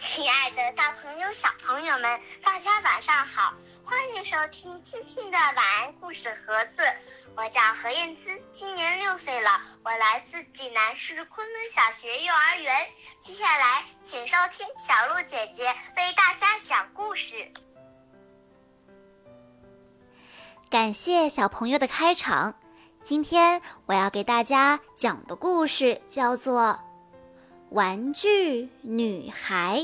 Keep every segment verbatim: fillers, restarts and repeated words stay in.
亲爱的大朋友小朋友们，大家晚上好，欢迎收听今天的晚安故事盒子。我叫何燕姿，今年六岁了，我来自济南市昆仑小学幼儿园。接下来请收听小鹿姐姐为大家讲故事。 感谢小朋友的开场，今天我要给大家讲的故事叫做《玩具女孩》。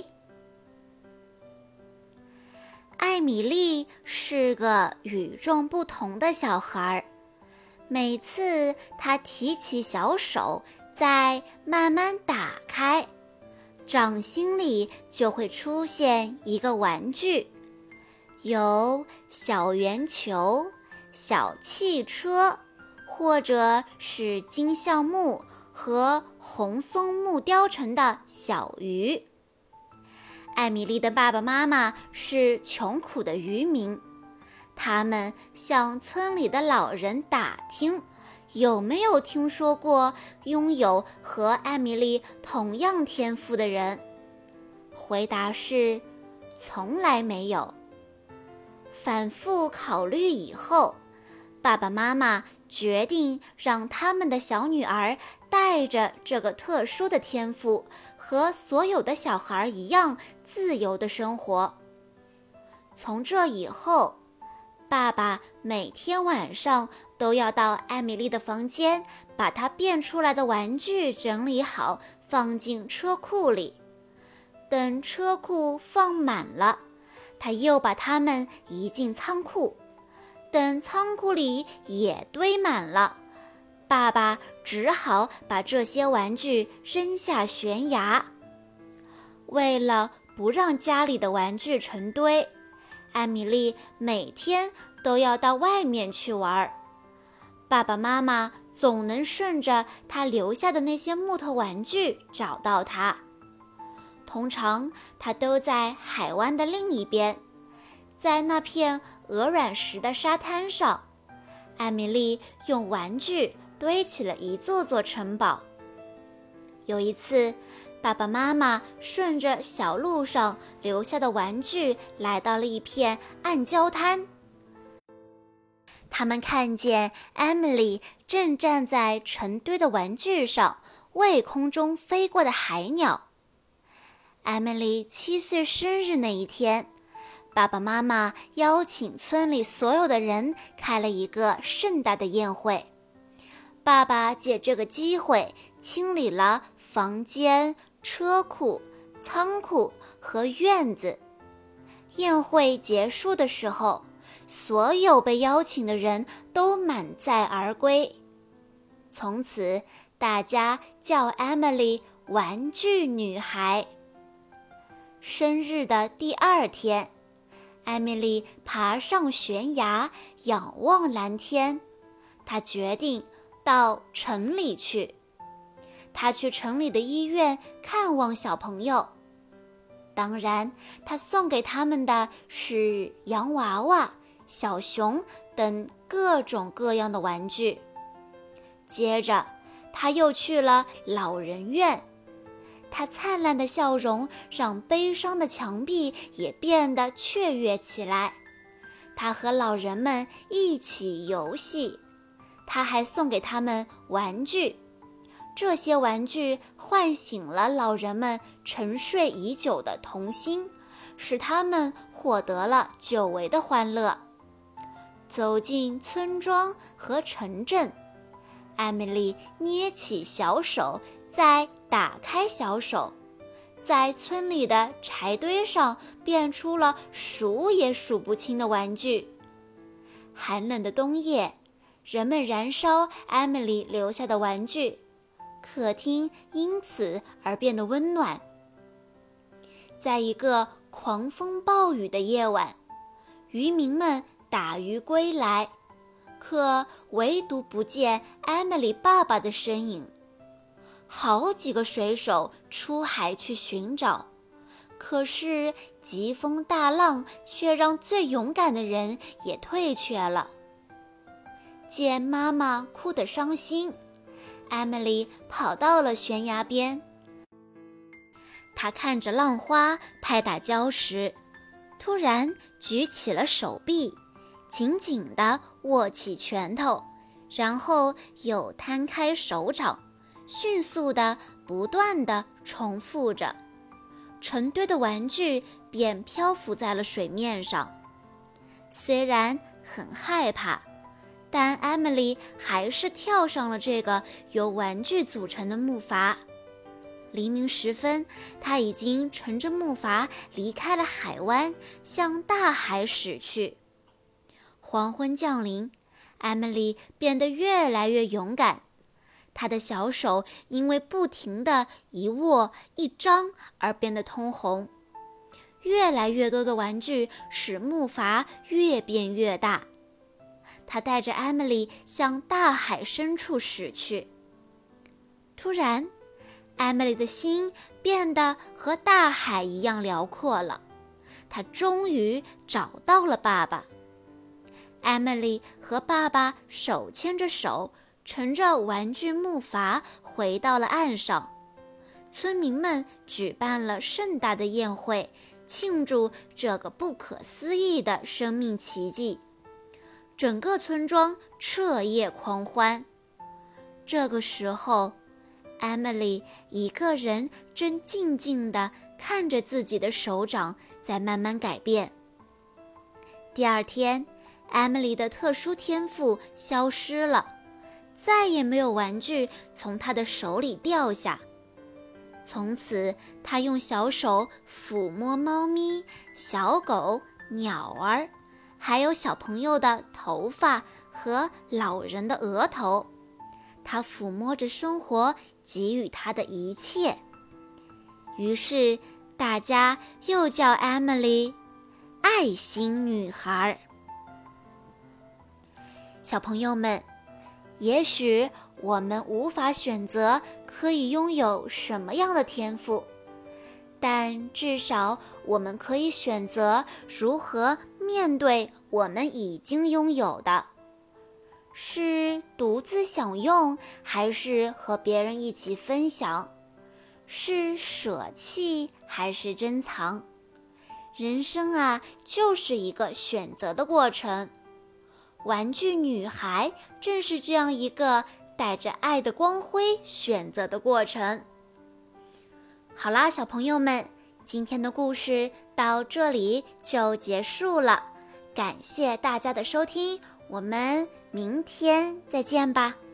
艾米丽是个与众不同的小孩，每次她提起小手，再慢慢打开，掌心里就会出现一个玩具，有小圆球、小汽车，或者是金橡木和红松木雕成的小鱼。艾米丽的爸爸妈妈是穷苦的渔民，他们向村里的老人打听，有没有听说过拥有和艾米丽同样天赋的人。回答是从来没有。反复考虑以后，爸爸妈妈决定让他们的小女儿带着这个特殊的天赋，和所有的小孩一样自由的生活。从这以后，爸爸每天晚上都要到艾米丽的房间，把她变出来的玩具整理好，放进车库里。等车库放满了，他又把它们移进仓库。等仓库里也堆满了，爸爸只好把这些玩具扔下悬崖。为了不让家里的玩具成堆，艾米丽每天都要到外面去玩。爸爸妈妈总能顺着她留下的那些木头玩具找到她。通常她都在海湾的另一边，在那片鹅卵石的沙滩上，艾米丽用玩具堆起了一座座城堡。有一次，爸爸妈妈顺着小路上留下的玩具来到了一片暗礁滩。他们看见艾米丽正站在成堆的玩具上，喂空中飞过的海鸟。艾米丽七岁生日那一天，爸爸妈妈邀请村里所有的人开了一个盛大的宴会。爸爸借这个机会清理了房间、车库、仓库和院子。宴会结束的时候，所有被邀请的人都满载而归。从此，大家叫艾米丽玩具女孩。生日的第二天，艾米丽爬上悬崖，仰望蓝天。她决定到城里去。她去城里的医院看望小朋友。当然，她送给他们的是洋娃娃、小熊等各种各样的玩具。接着，她又去了老人院。她灿烂的笑容让悲伤的墙壁也变得雀跃起来。她和老人们一起游戏，她还送给他们玩具。这些玩具唤醒了老人们沉睡已久的童心，使他们获得了久违的欢乐。走进村庄和城镇，艾米丽捏起小手，再打开小手，在村里的柴堆上变出了数也数不清的玩具。寒冷的冬夜，人们燃烧艾米丽留下的玩具，客厅因此而变得温暖。在一个狂风暴雨的夜晚，渔民们打鱼归来，可唯独不见艾米丽爸爸的身影。好几个水手出海去寻找，可是疾风大浪却让最勇敢的人也退却了。见妈妈哭得伤心，艾米丽跑到了悬崖边。 他看着浪花拍打礁石，突然举起了手臂，紧紧地握起拳头，然后又摊开手掌，迅速地不断地重复着，成堆的玩具便漂浮在了水面上。虽然很害怕，但 Emily 还是跳上了这个由玩具组成的木筏。黎明时分，她已经乘着木筏离开了海湾，向大海驶去。黄昏降临， Emily 变得越来越勇敢，她的小手因为不停地一握一张而变得通红。越来越多的玩具使木筏越变越大，她带着 Emily 向大海深处驶去。突然，Emily 的心变得和大海一样辽阔了，她终于找到了爸爸。Emily 和爸爸手牵着手，乘着玩具木筏回到了岸上。村民们举办了盛大的宴会，庆祝这个不可思议的生命奇迹。整个村庄彻夜狂欢。这个时候，Emily 一个人正静静地看着自己的手掌在慢慢改变。第二天， Emily 的特殊天赋消失了，再也没有玩具从她的手里掉下。从此，她用小手抚摸猫咪、小狗、鸟儿，还有小朋友的头发和老人的额头。她抚摸着生活给予她的一切。于是大家又叫 Emily 爱心女孩。小朋友们，也许我们无法选择可以拥有什么样的天赋，但至少我们可以选择如何面对我们已经拥有的。是独自享用，还是和别人一起分享？是舍弃，还是珍藏？人生啊，就是一个选择的过程。玩具女孩正是这样一个带着爱的光辉选择的过程。好啦，小朋友们，今天的故事到这里就结束了，感谢大家的收听，我们明天再见吧。